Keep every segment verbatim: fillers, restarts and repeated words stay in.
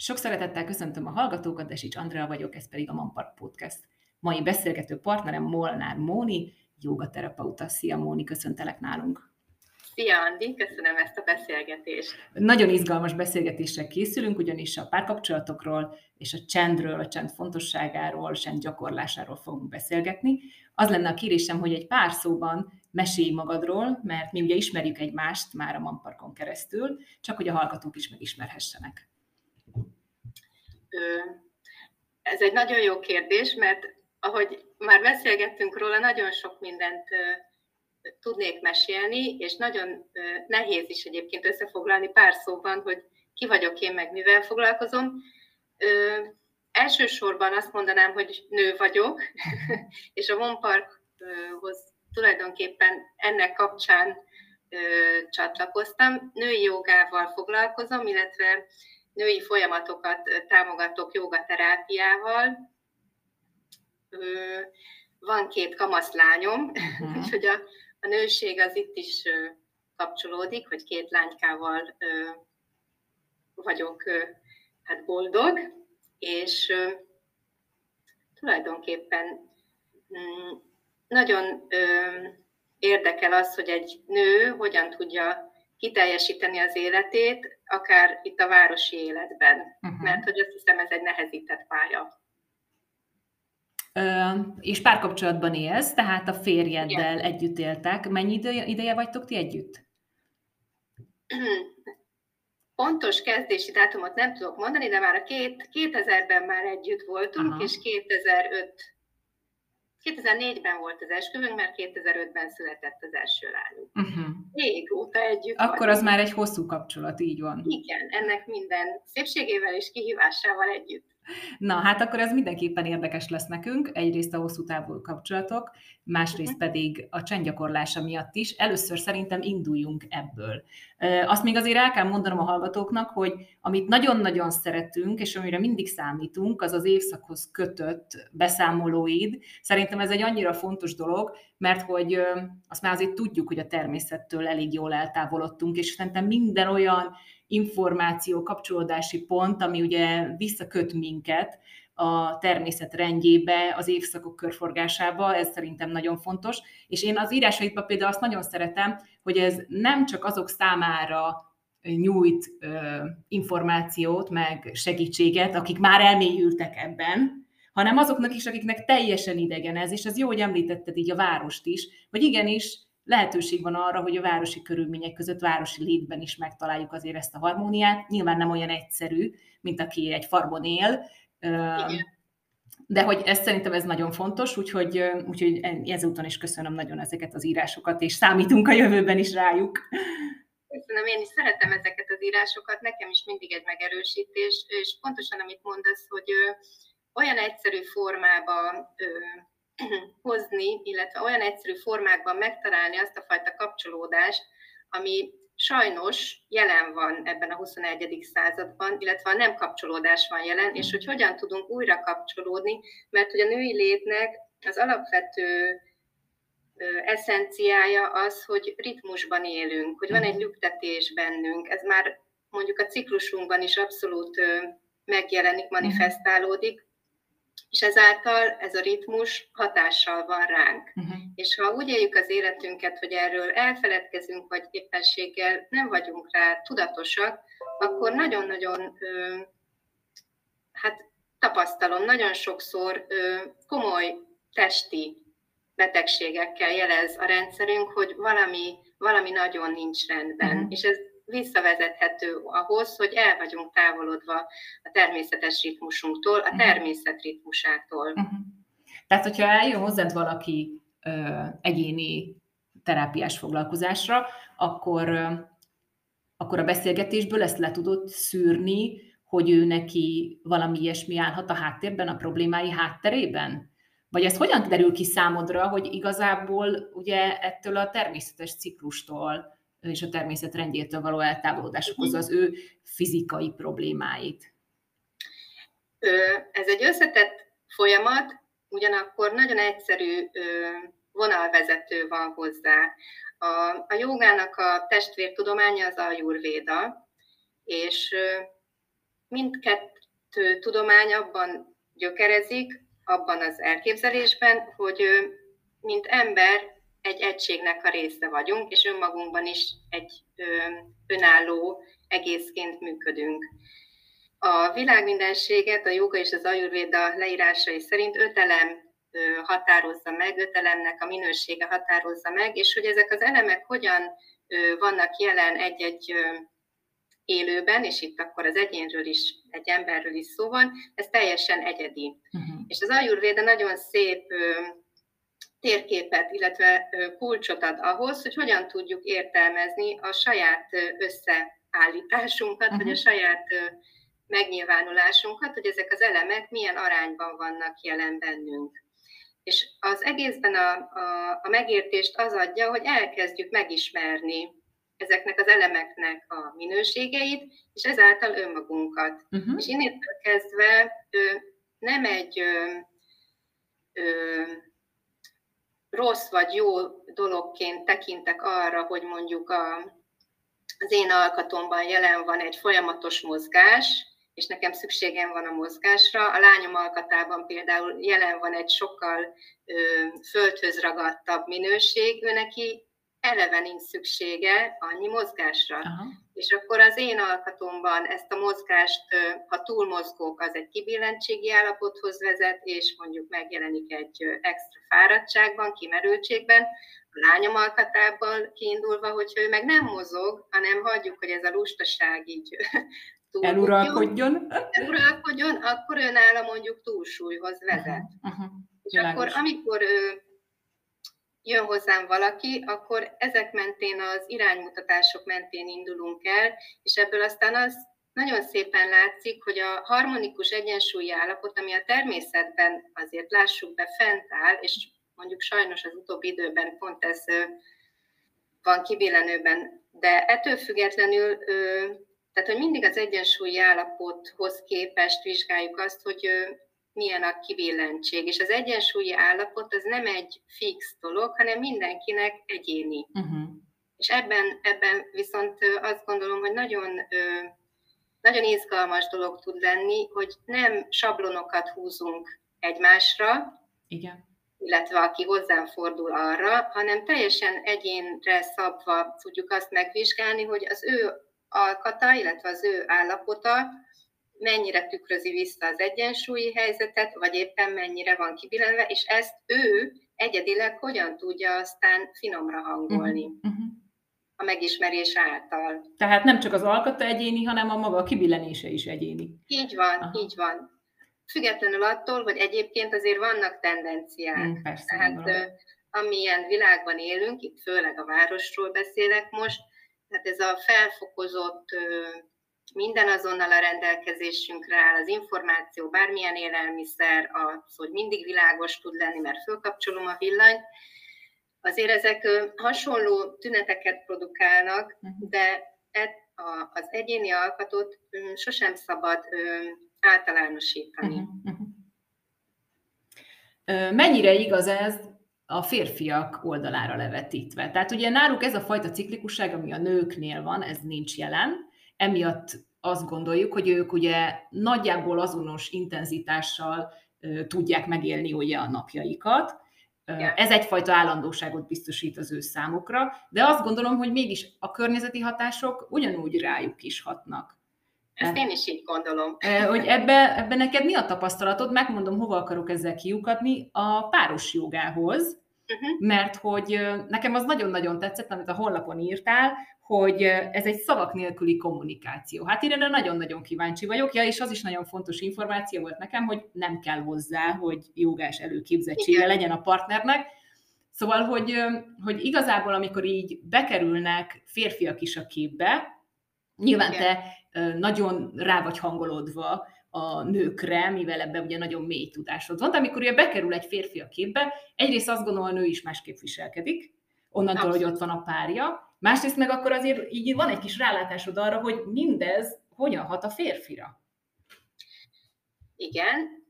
Sok szeretettel köszöntöm a hallgatókat, Desics Andrea vagyok, ez pedig a Manpark Podcast. Mai beszélgető partnerem Molnár Móni, jogaterapeuta. Szia Móni, köszöntelek nálunk. Szia Andi, köszönöm ezt a beszélgetést. Nagyon izgalmas beszélgetésre készülünk, ugyanis a párkapcsolatokról és a csendről, a csend fontosságáról, a csend gyakorlásáról fogunk beszélgetni. Az lenne a kérésem, hogy egy pár szóban mesélj magadról, mert mi ugye ismerjük egymást már a Manparkon keresztül, csak hogy a hallgatók is megismerhessenek. Ez egy nagyon jó kérdés, mert ahogy már beszélgettünk róla, nagyon sok mindent tudnék mesélni, és nagyon nehéz is egyébként összefoglalni pár szóban, hogy ki vagyok én, meg mivel foglalkozom. Elsősorban azt mondanám, hogy nő vagyok, és a Manparkhoz tulajdonképpen ennek kapcsán csatlakoztam. Női jogával foglalkozom, illetve női folyamatokat támogatok jogaterápiával. Van két kamaszlányom, uh-huh. úgyhogy a, a nőség az itt is kapcsolódik, hogy két lánykával vagyok hát boldog, és tulajdonképpen nagyon érdekel az, hogy egy nő hogyan tudja kiteljesíteni az életét, akár itt a városi életben, uh-huh. mert hogy azt hiszem, ez egy nehezített pálya. Ö, és párkapcsolatban élsz, tehát a férjeddel Igen. együtt éltek. Mennyi ideje, ideje vagytok ti együtt? Pontos kezdési dátumot nem tudok mondani, de már a két, kétezerben már együtt voltunk, Aha. és kétezer-öt kétezer-négyben volt az esküvőnk, mert kétezer-ötben született az első lányunk. Uh-huh. Régóta együtt Akkor vagyunk. Az már egy hosszú kapcsolat, így van. Igen, ennek minden szépségével és kihívásával együtt. Na, hát akkor ez mindenképpen érdekes lesz nekünk. Egyrészt a hosszú távú kapcsolatok, másrészt uh-huh. pedig a csendgyakorlása miatt is. Először szerintem induljunk ebből. Azt még azért el kell mondanom a hallgatóknak, hogy amit nagyon-nagyon szeretünk, és amire mindig számítunk, az az évszakhoz kötött beszámolóid. Szerintem ez egy annyira fontos dolog, mert hogy azt már azért tudjuk, hogy a természettől elég jól eltávolodtunk, és szerintem minden olyan információ, kapcsolódási pont, ami ugye visszaköt minket a természet rendjébe, az évszakok körforgásába, ez szerintem nagyon fontos. És én az írásaidban például azt nagyon szeretem, hogy ez nem csak azok számára nyújt ö, információt, meg segítséget, akik már elmélyültek ebben, hanem azoknak is, akiknek teljesen idegen ez, és ez jó, hogy említetted így a várost is, hogy igenis, lehetőség van arra, hogy a városi körülmények között, városi létben is megtaláljuk azért ezt a harmóniát. Nyilván nem olyan egyszerű, mint aki egy farmon él, Igen. de hogy ez szerintem ez nagyon fontos, úgyhogy, úgyhogy ezúton is köszönöm nagyon ezeket az írásokat, és számítunk a jövőben is rájuk. Köszönöm, én is szeretem ezeket az írásokat, nekem is mindig egy megerősítés, és pontosan amit mondasz, hogy ö, olyan egyszerű formában ö, hozni, illetve olyan egyszerű formákban megtalálni azt a fajta kapcsolódást, ami sajnos jelen van ebben a huszonegyedik században, illetve a nem kapcsolódás van jelen, és hogy hogyan tudunk újra kapcsolódni, mert hogy a női létnek az alapvető eszenciája az, hogy ritmusban élünk, hogy van egy lüktetés bennünk, ez már mondjuk a ciklusunkban is abszolút megjelenik, manifestálódik, és ezáltal ez a ritmus hatással van ránk. Uh-huh. És ha úgy éljük az életünket, hogy erről elfeledkezünk, vagy éppenséggel nem vagyunk rá tudatosak, akkor nagyon-nagyon, ö, hát tapasztalom, nagyon sokszor ö, komoly testi betegségekkel jelez a rendszerünk, hogy valami, valami nagyon nincs rendben. Uh-huh. És ez visszavezethető ahhoz, hogy el vagyunk távolodva a természetes ritmusunktól, a természet ritmusától. Uh-huh. Tehát, hogyha eljön hozzád valaki ö, egyéni terápiás foglalkozásra, akkor, ö, akkor a beszélgetésből ezt le tudod szűrni, hogy ő neki valami ilyesmi állhat a háttérben, a problémái hátterében? Vagy ez hogyan derül ki számodra, hogy igazából ugye ettől a természetes ciklustól és a természet rendjétől való eltávolodás okozza az ő fizikai problémáit? Ez egy összetett folyamat, ugyanakkor nagyon egyszerű vonalvezető van hozzá. A, a jogának a testvértudománya az Ajurvéda, és mindkettő tudomány abban gyökerezik, abban az elképzelésben, hogy mint ember egy egységnek a része vagyunk, és önmagunkban is egy önálló egészként működünk. A világmindenséget a jóga és az ajurvéda leírásai szerint öt elem határozza meg, öt elemnek a minősége határozza meg, és hogy ezek az elemek hogyan vannak jelen egy-egy élőben, és itt akkor az egyénről is, egy emberről is szó van, ez teljesen egyedi. Uh-huh. És az ajurvéda nagyon szép térképet, illetve kulcsot ad ahhoz, hogy hogyan tudjuk értelmezni a saját összeállításunkat, uh-huh. vagy a saját megnyilvánulásunkat, hogy ezek az elemek milyen arányban vannak jelen bennünk. És az egészben a, a, a megértést az adja, hogy elkezdjük megismerni ezeknek az elemeknek a minőségeit, és ezáltal önmagunkat. Uh-huh. És innétől kezdve ö, nem egy ö, ö, rossz vagy jó dologként tekintek arra, hogy mondjuk a, az én alkatomban jelen van egy folyamatos mozgás, és nekem szükségem van a mozgásra. A lányom alkatában például jelen van egy sokkal ö, földhöz ragadtabb minőség, ő neki eleve nincs szüksége annyi mozgásra. Aha. És akkor az én alkatomban ezt a mozgást, ha túlmozgok, az egy kibillentségi állapothoz vezet, és mondjuk megjelenik egy extra fáradtságban, kimerültségben. A lányom alkatából kiindulva, hogyha ő meg nem mozog, hanem hagyjuk, hogy ez a lustaság így eluralkodjon, eluralkodjon, akkor ő nála mondjuk túlsúlyhoz vezet. Uh-huh. Uh-huh. És Világos. Akkor, amikor ő jön hozzám valaki, akkor ezek mentén, az iránymutatások mentén indulunk el, és ebből aztán az nagyon szépen látszik, hogy a harmonikus egyensúlyi állapot, ami a természetben azért lássuk be fent áll, és mondjuk sajnos az utóbbi időben pont ez van kibillenőben, de ettől függetlenül, tehát hogy mindig az egyensúlyi állapothoz képest vizsgáljuk azt, hogy milyen a kibillentség. És az egyensúlyi állapot az nem egy fix dolog, hanem mindenkinek egyéni. Uh-huh. És ebben, ebben viszont azt gondolom, hogy nagyon, nagyon izgalmas dolog tud lenni, hogy nem sablonokat húzunk egymásra, igen. illetve aki hozzám fordul arra, hanem teljesen egyénre szabva tudjuk azt megvizsgálni, hogy az ő alkata, illetve az ő állapota mennyire tükrözi vissza az egyensúlyi helyzetet, vagy éppen mennyire van kibillenve, és ezt ő egyedileg hogyan tudja aztán finomra hangolni uh-huh. a megismerés által. Tehát nem csak az alkata egyéni, hanem a maga a kibillenése is egyéni. Így van, Aha. így van. Függetlenül attól, hogy egyébként azért vannak tendenciák. Mm, persze, Tehát amilyen világban élünk, itt főleg a városról beszélek most, tehát ez a felfokozott minden azonnal a rendelkezésünkre áll, az információ, bármilyen élelmiszer, az, hogy mindig világos tud lenni, mert fölkapcsolom a villanyt. Azért ezek hasonló tüneteket produkálnak, de az egyéni alkatot sosem szabad általánosítani. Mennyire igaz ez a férfiak oldalára levetítve? Tehát ugye náluk ez a fajta ciklikusság, ami a nőknél van, ez nincs jelen. Emiatt azt gondoljuk, hogy ők ugye nagyjából azonos intenzitással uh, tudják megélni ugye a napjaikat. Uh, ez egyfajta állandóságot biztosít az ő számukra, de azt gondolom, hogy mégis a környezeti hatások ugyanúgy rájuk is hatnak. Ezt én is így gondolom. Hogy ebbe, ebbe neked mi a tapasztalatod? Megmondom, hova akarok ezzel kiukadni, a páros jogához, uh-huh. mert hogy nekem az nagyon-nagyon tetszett, amit a honlapon írtál, hogy ez egy szavak nélküli kommunikáció. Hát én erre nagyon-nagyon kíváncsi vagyok, ja, és az is nagyon fontos információ volt nekem, hogy nem kell hozzá, hogy jogás előképzettsége Igen. legyen a partnernek. Szóval, hogy, hogy igazából, amikor így bekerülnek férfiak is a képbe, nyilván Igen. te nagyon rá vagy hangolódva a nőkre, mivel ebben ugye nagyon mély tudásod van, de amikor ugye bekerül egy férfi a képbe, egyrészt azt gondolom, a nő is másképp viselkedik, onnantól, Abszolút. Hogy ott van a párja, másrészt meg akkor azért így van egy kis rálátásod arra, hogy mindez hogyan hat a férfira. Igen.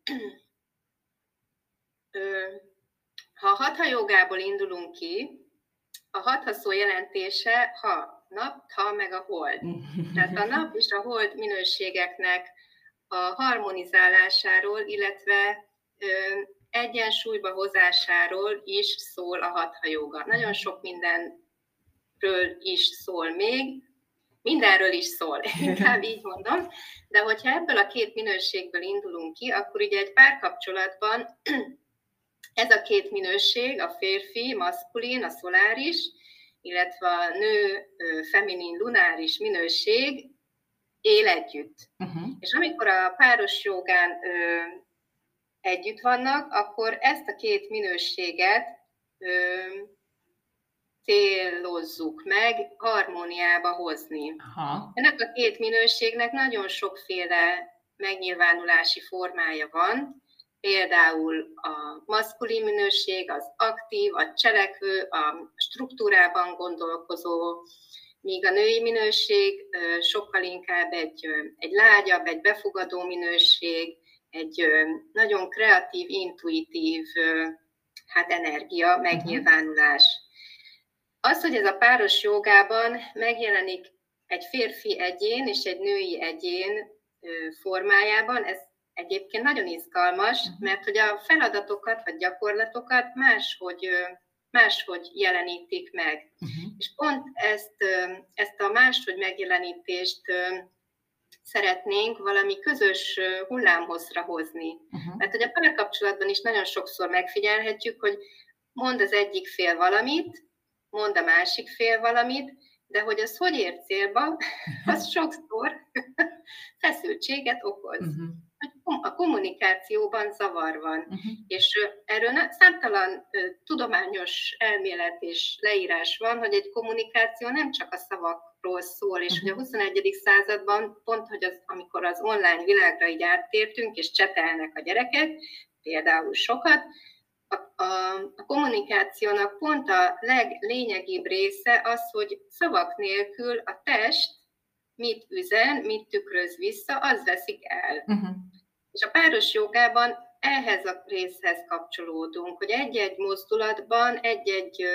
Ha a hatha jogából indulunk ki, a hatha szó jelentése ha, nap, ha meg a hold. Tehát a nap és a hold minőségeknek a harmonizálásáról, illetve ö, egyensúlyba hozásáról is szól a hatha jóga. Nagyon sok mindenről is szól még, mindenről is szól, inkább így mondom, de hogyha ebből a két minőségből indulunk ki, akkor ugye egy párkapcsolatban ez a két minőség, a férfi, maszkulin, a szoláris, illetve a nő, feminin, lunáris minőség él együtt. Uh-huh. És amikor a páros jogán ö, együtt vannak, akkor ezt a két minőséget ö, célozzuk meg harmóniába hozni. Aha. Ennek a két minőségnek nagyon sokféle megnyilvánulási formája van, például a maszkulin minőség, az aktív, a cselekvő, a struktúrában gondolkozó, míg a női minőség sokkal inkább egy, egy lágyabb, egy befogadó minőség, egy nagyon kreatív, intuitív hát energia, megnyilvánulás. Az, hogy ez a páros jogában megjelenik egy férfi egyén és egy női egyén formájában, ez egyébként nagyon izgalmas, mert hogy a feladatokat vagy gyakorlatokat máshogy, máshogy jelenítik meg. Uh-huh. És pont ezt, ezt a máshogy megjelenítést szeretnénk valami közös hullámhosszra hozni. Uh-huh. Mert hogy a párkapcsolatban is nagyon sokszor megfigyelhetjük, hogy mond az egyik fél valamit, mond a másik fél valamit, de hogy az hogy ér célba, az sokszor feszültséget okoz. Uh-huh. A kommunikációban zavar van. Uh-huh. És erről számtalan tudományos elmélet és leírás van, hogy egy kommunikáció nem csak a szavakról szól, és uh-huh. hogy a huszonegyedik században, pont, hogy az, amikor az online világra így áttértünk, és csetelnek a gyerekek, például sokat, A, a, a kommunikációnak pont a leglényegibb része az, hogy szavak nélkül a test mit üzen, mit tükröz vissza, az veszik el. Uh-huh. És a páros jogában ehhez a részhez kapcsolódunk, hogy egy-egy mozdulatban, egy-egy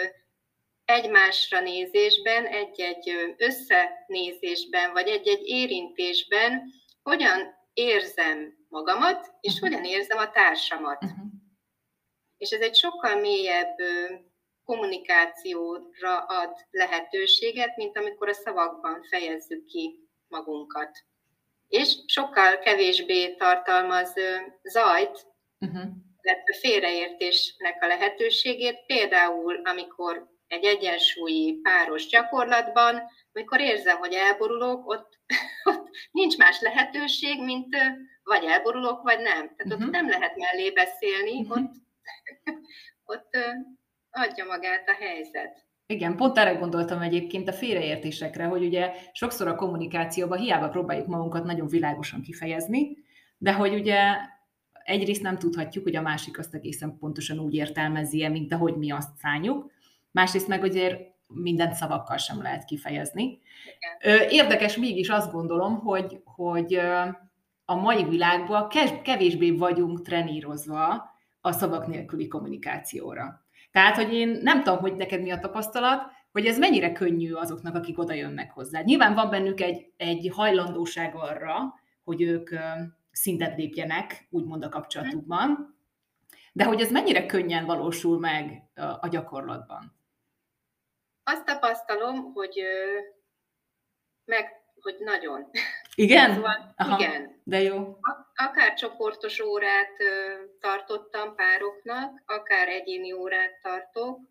egymásra nézésben, egy-egy összenézésben, vagy egy-egy érintésben hogyan érzem magamat, és uh-huh. hogyan érzem a társamat. Uh-huh. És ez egy sokkal mélyebb kommunikációra ad lehetőséget, mint amikor a szavakban fejezzük ki magunkat. És sokkal kevésbé tartalmaz zajt, uh-huh. illetve félreértésnek a lehetőségét, például amikor egy egyensúlyi páros gyakorlatban, amikor érzem, hogy elborulok, ott, ott nincs más lehetőség, mint vagy elborulok, vagy nem. Tehát uh-huh. ott nem lehet mellé beszélni, uh-huh. ott ott adja magát a helyzet. Igen, pont erre gondoltam egyébként a félreértésekre, hogy ugye sokszor a kommunikációban hiába próbáljuk magunkat nagyon világosan kifejezni, de hogy ugye egyrészt nem tudhatjuk, hogy a másik azt egészen pontosan úgy értelmezi-e, mint ahogy mi azt szánjuk, másrészt meg ugye mindent szavakkal sem lehet kifejezni. Igen. Érdekes mégis azt gondolom, hogy, hogy a mai világban kevésbé vagyunk trenírozva a szavak nélküli kommunikációra. Tehát, hogy én nem tudom, hogy neked mi a tapasztalat, hogy ez mennyire könnyű azoknak, akik oda jönnek hozzá. Nyilván van bennük egy, egy hajlandóság arra, hogy ők szintet lépjenek, úgymond a kapcsolatukban, de hogy ez mennyire könnyen valósul meg a gyakorlatban? Azt tapasztalom, hogy meg hogy nagyon. Igen? Szóval, igen. De jó. Akár csoportos órát tartottam pároknak, akár egyéni órát tartok.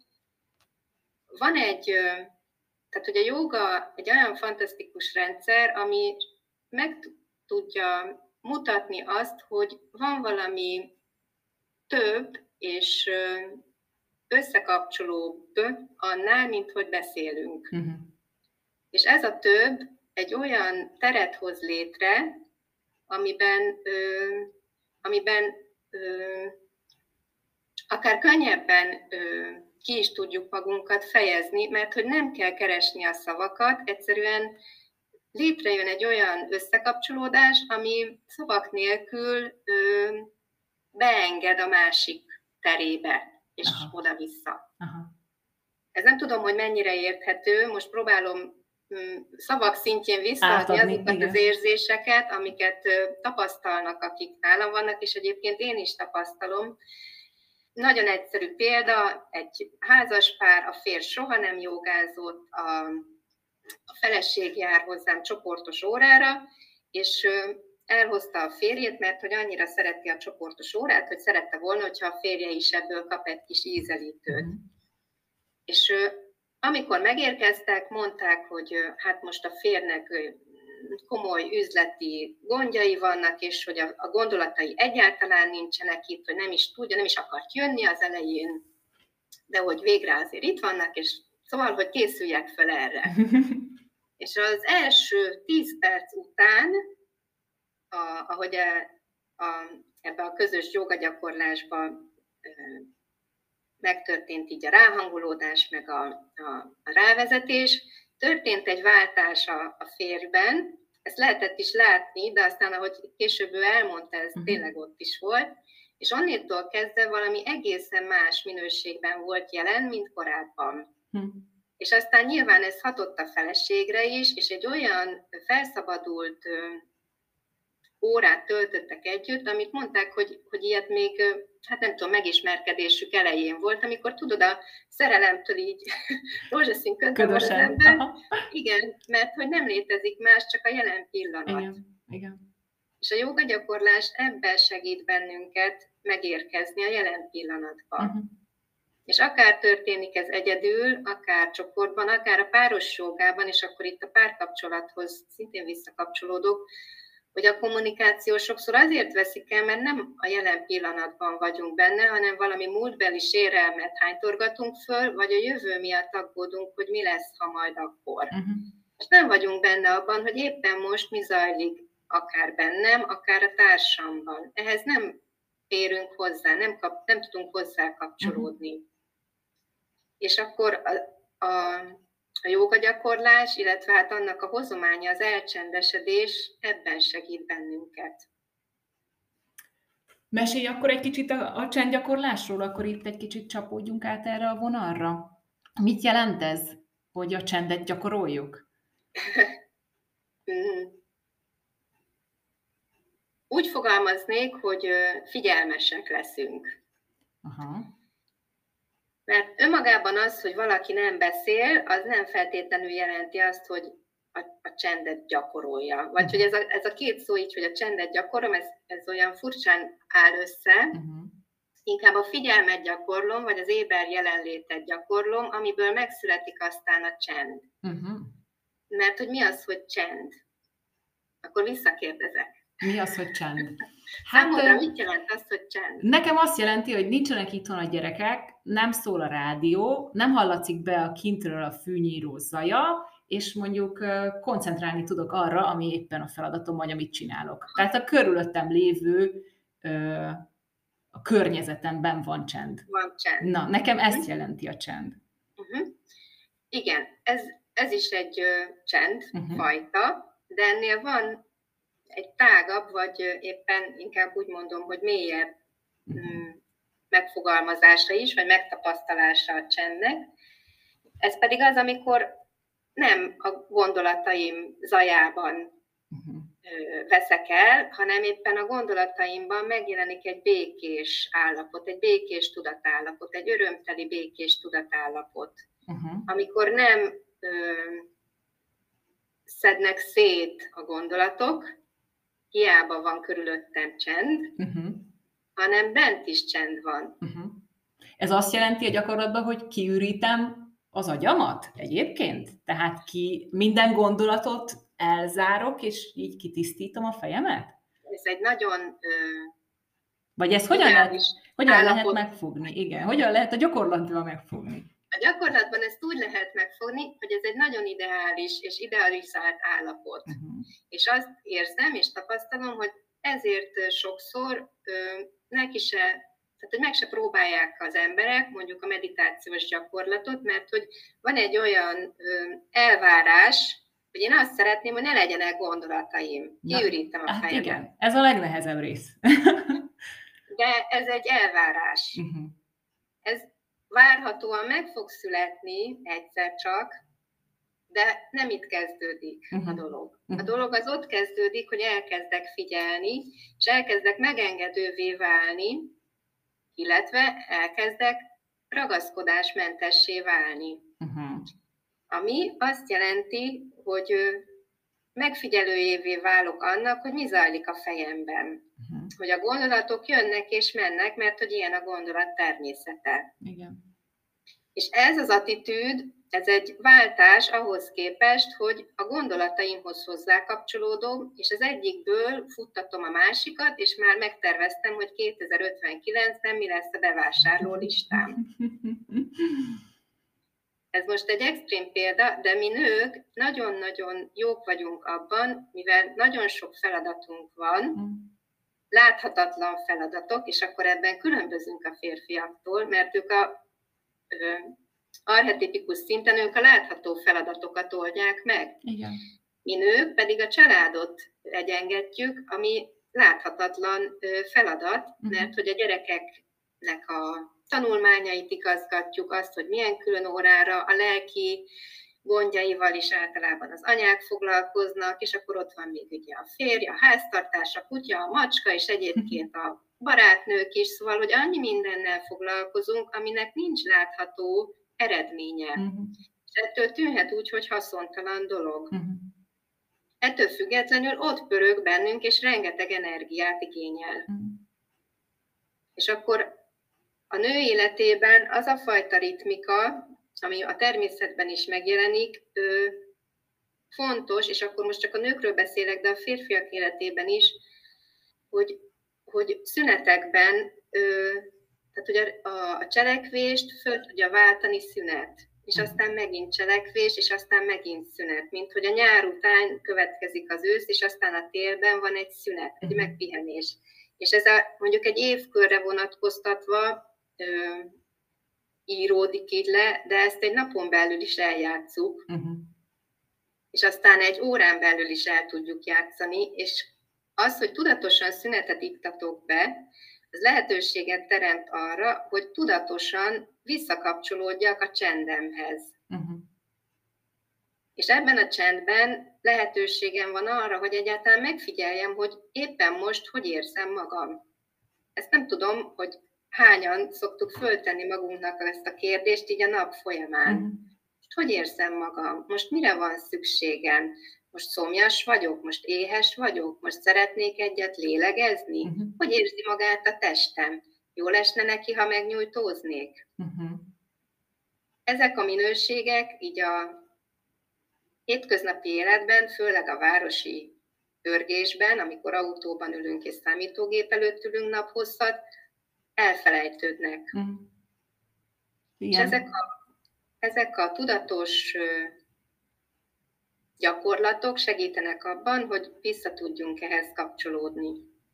Van egy, tehát hogy a jóga egy olyan fantasztikus rendszer, ami meg tudja mutatni azt, hogy van valami több és összekapcsolóbb annál, mint hogy beszélünk. Uh-huh. És ez a több egy olyan teret hoz létre, amiben, ö, amiben ö, akár könnyebben ö, ki is tudjuk magunkat fejezni, mert hogy nem kell keresni a szavakat, egyszerűen létrejön egy olyan összekapcsolódás, ami szavak nélkül ö, beenged a másik terébe, és aha. oda-vissza. Aha. Ez nem tudom, hogy mennyire érthető, most próbálom szavak szintjén visszaadni Átadni, azokat igen. az érzéseket, amiket tapasztalnak, akik nálam vannak, és egyébként én is tapasztalom. Nagyon egyszerű példa, egy házaspár, a férj soha nem jogázott, a, a feleség jár hozzám csoportos órára, és elhozta a férjét, mert hogy annyira szereti a csoportos órát, hogy szerette volna, hogyha a férje is ebből kap egy kis ízelítőt. Mm. És amikor megérkeztek, mondták, hogy hát most a férnek komoly üzleti gondjai vannak, és hogy a, a gondolatai egyáltalán nincsenek itt, hogy nem is tudja, nem is akart jönni az elején, de hogy végre azért itt vannak, és szóval, hogy készüljek fel erre. És az első tíz perc után, a, ahogy a, a, ebbe a közös jogagyakorlásba megtörtént így a ráhangolódás, meg a, a, a rávezetés, történt egy váltás a, a férjben, ezt lehetett is látni, de aztán, ahogy később ő elmondta, ez uh-huh. tényleg ott is volt, és onnétól kezdve valami egészen más minőségben volt jelen, mint korábban. Uh-huh. És aztán nyilván ez hatott a feleségre is, és egy olyan felszabadult órát töltöttek együtt, amit mondták, hogy, hogy ilyet még, hát nem tudom, megismerkedésük elején volt, amikor tudod, a szerelemtől így rózsaszín ködbe van az ember. Igen, mert hogy nem létezik más, csak a jelen pillanat. Igen, igen. És a jogagyakorlás ebben segít bennünket megérkezni a jelen pillanatba. Uh-huh. És akár történik ez egyedül, akár csoportban, akár a páros jogában, és akkor itt a párkapcsolathoz szintén visszakapcsolódok, hogy a kommunikáció sokszor azért veszik el, mert nem a jelen pillanatban vagyunk benne, hanem valami múltbeli sérelmet hánytorgatunk föl, vagy a jövő miatt aggódunk, hogy mi lesz, ha majd akkor. Uh-huh. És nem vagyunk benne abban, hogy éppen most mi zajlik, akár bennem, akár a társamban. Ehhez nem érünk hozzá, nem, kap, nem tudunk hozzá kapcsolódni. Uh-huh. És akkor a, a A jogagyakorlás, illetve hát annak a hozománya, az elcsendesedés ebben segít bennünket. Mesélj akkor egy kicsit a, a csendgyakorlásról, akkor itt egy kicsit csapódjunk át erre a vonalra. Mit jelent ez, hogy a csendet gyakoroljuk? Úgy fogalmaznék, hogy figyelmesek leszünk. Aha. Mert önmagában az, hogy valaki nem beszél, az nem feltétlenül jelenti azt, hogy a, a csendet gyakorolja. Vagy hogy ez a, ez a két szó így, hogy a csendet gyakorlom, ez, ez olyan furcsán áll össze. Uh-huh. Inkább a figyelmet gyakorlom, vagy az éber jelenlétet gyakorlom, amiből megszületik aztán a csend. Uh-huh. Mert hogy mi az, hogy csend? Akkor visszakérdezek. Mi az, hogy csend? Hát, számodra mit jelent az, hogy csend? Nekem azt jelenti, hogy nincsenek itthon a gyerekek, nem szól a rádió, nem hallatszik be a kintről a fűnyíró zaja, és mondjuk koncentrálni tudok arra, ami éppen a feladatom, vagy amit csinálok. Tehát a körülöttem lévő, a környezetemben van csend. Van csend. Na, nekem ezt jelenti a csend. Uh-huh. Igen, ez, ez is egy csend uh-huh. fajta, de ennél van egy tágabb, vagy éppen inkább úgy mondom, hogy mélyebb mm, megfogalmazása is, vagy megtapasztalása a csendnek. Ez pedig az, amikor nem a gondolataim zajában uh-huh. veszek el, hanem éppen a gondolataimban megjelenik egy békés állapot, egy békés tudatállapot, egy örömteli békés tudatállapot, uh-huh. amikor nem ö, szednek szét a gondolatok, hiába van körülöttem csend, uh-huh. hanem bent is csend van. Uh-huh. Ez azt jelenti a gyakorlatban, hogy kiürítem az agyamat egyébként? Tehát ki minden gondolatot elzárok, és így kitisztítom a fejemet? Ez egy nagyon... Ö, Vagy ezt hogyan, lehet, hogyan lehet megfogni? Igen, hogyan lehet a gyakorlatban megfogni? A gyakorlatban ezt úgy lehet megfogni, hogy ez egy nagyon ideális és idealizált állapot. Uh-huh. És azt érzem és tapasztalom, hogy ezért sokszor ö, neki se, tehát hogy meg se próbálják az emberek mondjuk a meditációs gyakorlatot, mert hogy van egy olyan ö, elvárás, hogy én azt szeretném, hogy ne legyenek gondolataim. Kiürítem a hát fejemet. Igen, ez a legnehezebb rész. De ez egy elvárás. Uh-huh. Ez várhatóan meg fog születni egyszer csak, De nem itt kezdődik a Uh-huh. dolog. A Uh-huh. dolog az ott kezdődik, hogy elkezdek figyelni, és elkezdek megengedővé válni, illetve elkezdek ragaszkodásmentessé válni. Uh-huh. Ami azt jelenti, hogy megfigyelőjévé válok annak, hogy mi zajlik a fejemben. Uh-huh. Hogy a gondolatok jönnek és mennek, mert hogy ilyen a gondolat természete. Igen. És ez az attitűd, ez egy váltás ahhoz képest, hogy a gondolataimhoz hozzákapcsolódom, és az egyikből futtatom a másikat, és már megterveztem, hogy kétezer-ötvenkilencben mi lesz a bevásárló listám. Ez most egy extrém példa, de mi nők nagyon-nagyon jók vagyunk abban, mivel nagyon sok feladatunk van, láthatatlan feladatok, és akkor ebben különbözünk a férfiaktól, mert ők a ö, archetipikus szinten ők a látható feladatokat oldják meg. Igen. Mi nők pedig a családot egyengetjük, ami láthatatlan ö, feladat, uh-huh. mert hogy a gyerekeknek a tanulmányait igazgatjuk, azt, hogy milyen külön órára, a lelki gondjaival is általában az anyák foglalkoznak, és akkor ott van még ugye a férj, a háztartás, a kutya, a macska, és egyébként a barátnők is, szóval, hogy annyi mindennel foglalkozunk, aminek nincs látható eredménye. Uh-huh. És ettől tűnhet úgy, hogy haszontalan dolog. Uh-huh. Ettől függetlenül ott pörög bennünk, és rengeteg energiát igényel. Uh-huh. És akkor a nő életében az a fajta ritmika, ami a természetben is megjelenik, fontos, és akkor most csak a nőkről beszélek, de a férfiak életében is, hogy, hogy szünetekben, tehát hogy a, a cselekvést föl tudja váltani szünet, és aztán megint cselekvés, és aztán megint szünet, mint hogy a nyár után következik az ősz, és aztán a télben van egy szünet, egy megpihenés. És ez a, mondjuk egy évkörre vonatkoztatva ö, íródik így le, de ezt egy napon belül is eljátszuk, uh-huh. és aztán egy órán belül is el tudjuk játszani, és az, hogy tudatosan szünetet iktatok be, az lehetőséget teremt arra, hogy tudatosan visszakapcsolódjak a csendemhez. Uh-huh. És ebben a csendben lehetőségem van arra, hogy egyáltalán megfigyeljem, hogy éppen most hogy érzem magam. Ezt nem tudom, hogy hányan szoktuk föltenni magunknak ezt a kérdést így a nap folyamán. Uh-huh. Most hogy érzem magam? Most mire van szükségem? Most szomjas vagyok? Most éhes vagyok? Most szeretnék egyet lélegezni? Uh-huh. Hogy érzi magát a testem? Jól esne neki, ha megnyújtóznék? Uh-huh. Ezek a minőségek így a hétköznapi életben, főleg a városi pörgésben, amikor autóban ülünk és számítógép előtt ülünk naphosszat, elfelejtődnek. Mm. És ezek a, ezek a tudatos gyakorlatok segítenek abban, hogy vissza tudjunk ehhez kapcsolódni.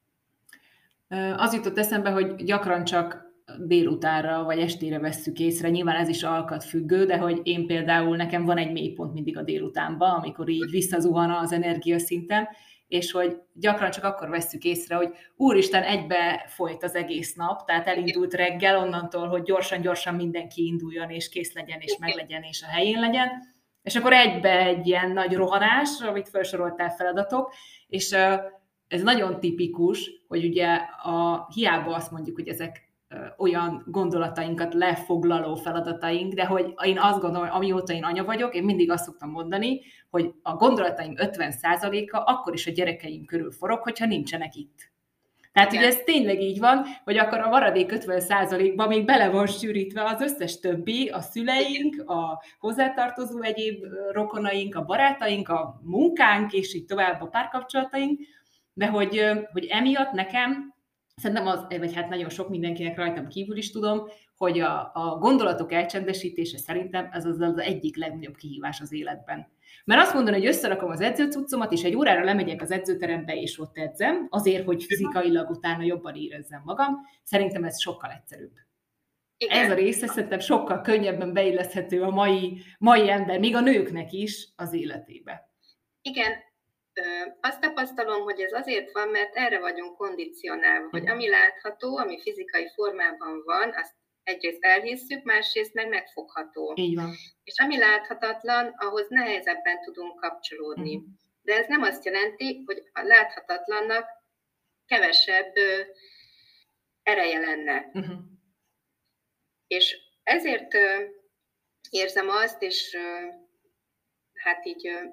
Az jutott eszembe, hogy gyakran csak délutánra vagy estére vesszük észre, nyilván ez is alkatfüggő, de hogy én például nekem van egy mélypont mindig a délutánban, amikor így visszazuhan az energiaszinten, és hogy gyakran csak akkor vesszük észre, hogy úristen, egybe folyt az egész nap, tehát elindult reggel onnantól, hogy gyorsan-gyorsan mindenki induljon, és kész legyen, és meglegyen, és a helyén legyen, és akkor egybe egy ilyen nagy rohanás, amit felsoroltál feladatok, és ez nagyon tipikus, hogy ugye a, hiába azt mondjuk, hogy ezek olyan gondolatainkat lefoglaló feladataink, de hogy én azt gondolom, hogy amióta én anya vagyok, én mindig azt szoktam mondani, hogy a gondolataim ötven százaléka akkor is a gyerekeim körül forog, hogyha nincsenek itt. Tehát ugye ez tényleg így van, hogy akkor a maradék ötven százalékban még bele van sűrítve az összes többi, a szüleink, a hozzátartozó egyéb rokonaink, a barátaink, a munkánk, és így tovább a párkapcsolataink, de hogy, hogy emiatt nekem szerintem az, vagy hát nagyon sok mindenkinek rajtam kívül is tudom, hogy a, a gondolatok elcsendesítése szerintem ez az, az egyik legnagyobb kihívás az életben. Mert azt mondani, hogy összerakom az edzőcuccomat, és egy órára lemegyek az edzőterembe, és ott edzem, azért, hogy fizikailag utána jobban érezzem magam, szerintem ez sokkal egyszerűbb. Igen. Ez a része szerintem sokkal könnyebben beilleszthető a mai, mai ember, még a nőknek is az életébe. Igen. Azt tapasztalom, hogy ez azért van, mert erre vagyunk kondicionálva, hogy ami látható, ami fizikai formában van, azt egyrészt elhisszük, másrészt meg megfogható. Így van. És ami láthatatlan, ahhoz nehezebben tudunk kapcsolódni. Uh-huh. De ez nem azt jelenti, hogy a láthatatlannak kevesebb ö, ereje lenne. Uh-huh. És ezért ö, érzem azt, és ö, hát így ö,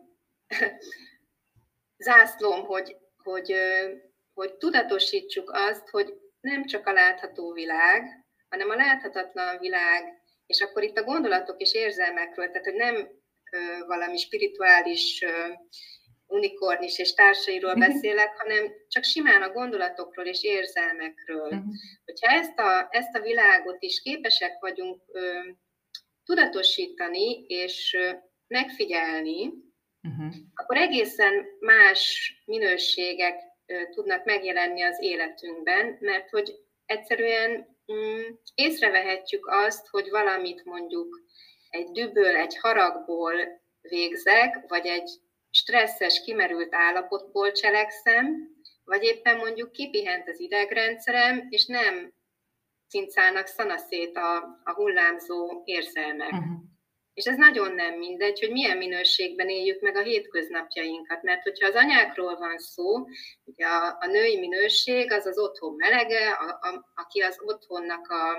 zászlóm, hogy, hogy, ö, hogy tudatosítsuk azt, hogy nem csak a látható világ, hanem a láthatatlan világ, és akkor itt a gondolatok és érzelmekről, tehát hogy nem ö, valami spirituális, ö, unikornis és társairól beszélek, hanem csak simán a gondolatokról és érzelmekről. Uh-huh. Hogyha ezt a, ezt a világot is képesek vagyunk ö, tudatosítani és ö, megfigyelni, uh-huh. akkor egészen más minőségek ö, tudnak megjelenni az életünkben, mert hogy egyszerűen mm, észrevehetjük azt, hogy valamit mondjuk egy dühből, egy haragból végzek, vagy egy stresszes, kimerült állapotból cselekszem, vagy éppen mondjuk kipihent az idegrendszerem, és nem cincálnak szanaszét a, a hullámzó érzelmek. Uh-huh. És ez nagyon nem mindegy, hogy milyen minőségben éljük meg a hétköznapjainkat, mert hogyha az anyákról van szó, ugye a, a női minőség az az otthon melege, a, a, aki az otthonnak a,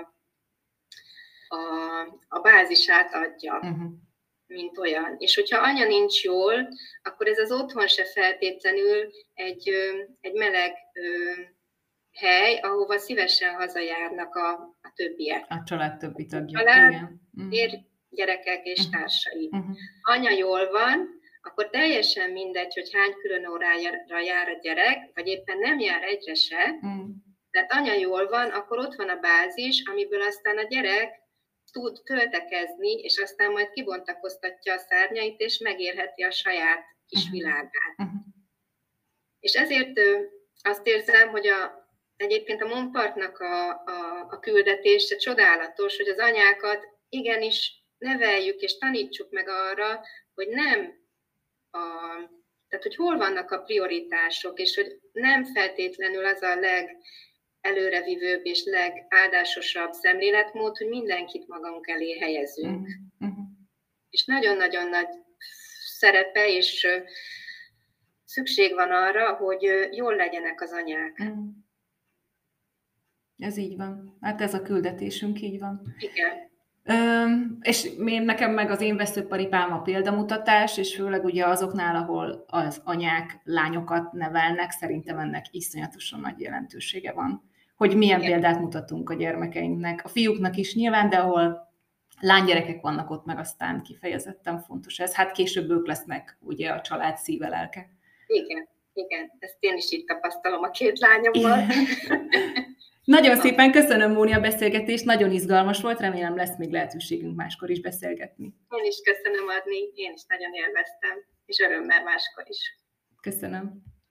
a, a bázisát adja. Uh-huh. mint olyan. És hogyha anya nincs jól, akkor ez az otthon se feltétlenül egy, egy meleg hely, ahova szívesen hazajárnak a, a többiek. A család többi tagja. A család, ér, gyerekek és társai. Uh-huh. Anya jól van, akkor teljesen mindegy, hogy hány külön órára jár a gyerek, vagy éppen nem jár egyre se. Uh-huh. Tehát anya jól van, akkor ott van a bázis, amiből aztán a gyerek tud töltekezni, és aztán majd kibontakoztatja a szárnyait, és megérheti a saját kis uh-huh. világát. Uh-huh. És ezért azt érzem, hogy a, egyébként a Monpartnak a, a, a küldetése csodálatos, hogy az anyákat igenis neveljük, és tanítsuk meg arra, hogy nem a, tehát hogy hol vannak a prioritások, és hogy nem feltétlenül az a leg előrevívőbb és legáldásosabb szemléletmód, hogy mindenkit magunk elé helyezünk. Uh-huh. És nagyon-nagyon nagy szerepe és szükség van arra, hogy jól legyenek az anyák. Uh-huh. Ez így van. Hát ez a küldetésünk, így van. Igen. Üm, és én, nekem meg az én veszőparipám a példamutatás, és főleg ugye azoknál, ahol az anyák lányokat nevelnek, szerintem ennek iszonyatosan nagy jelentősége van. Hogy milyen Igen. példát mutatunk a gyermekeinknek, a fiúknak is nyilván, de ahol lánygyerekek vannak ott, meg aztán kifejezetten fontos ez. Hát később ők lesznek ugye a család szíve, lelke. Igen, igen, ezt én is így tapasztalom a két lányommal. Nagyon szépen köszönöm, Móni, a beszélgetést, nagyon izgalmas volt, remélem lesz még lehetőségünk máskor is beszélgetni. Én is köszönöm, Adni, én is nagyon élveztem, és örömmel máskor is. Köszönöm.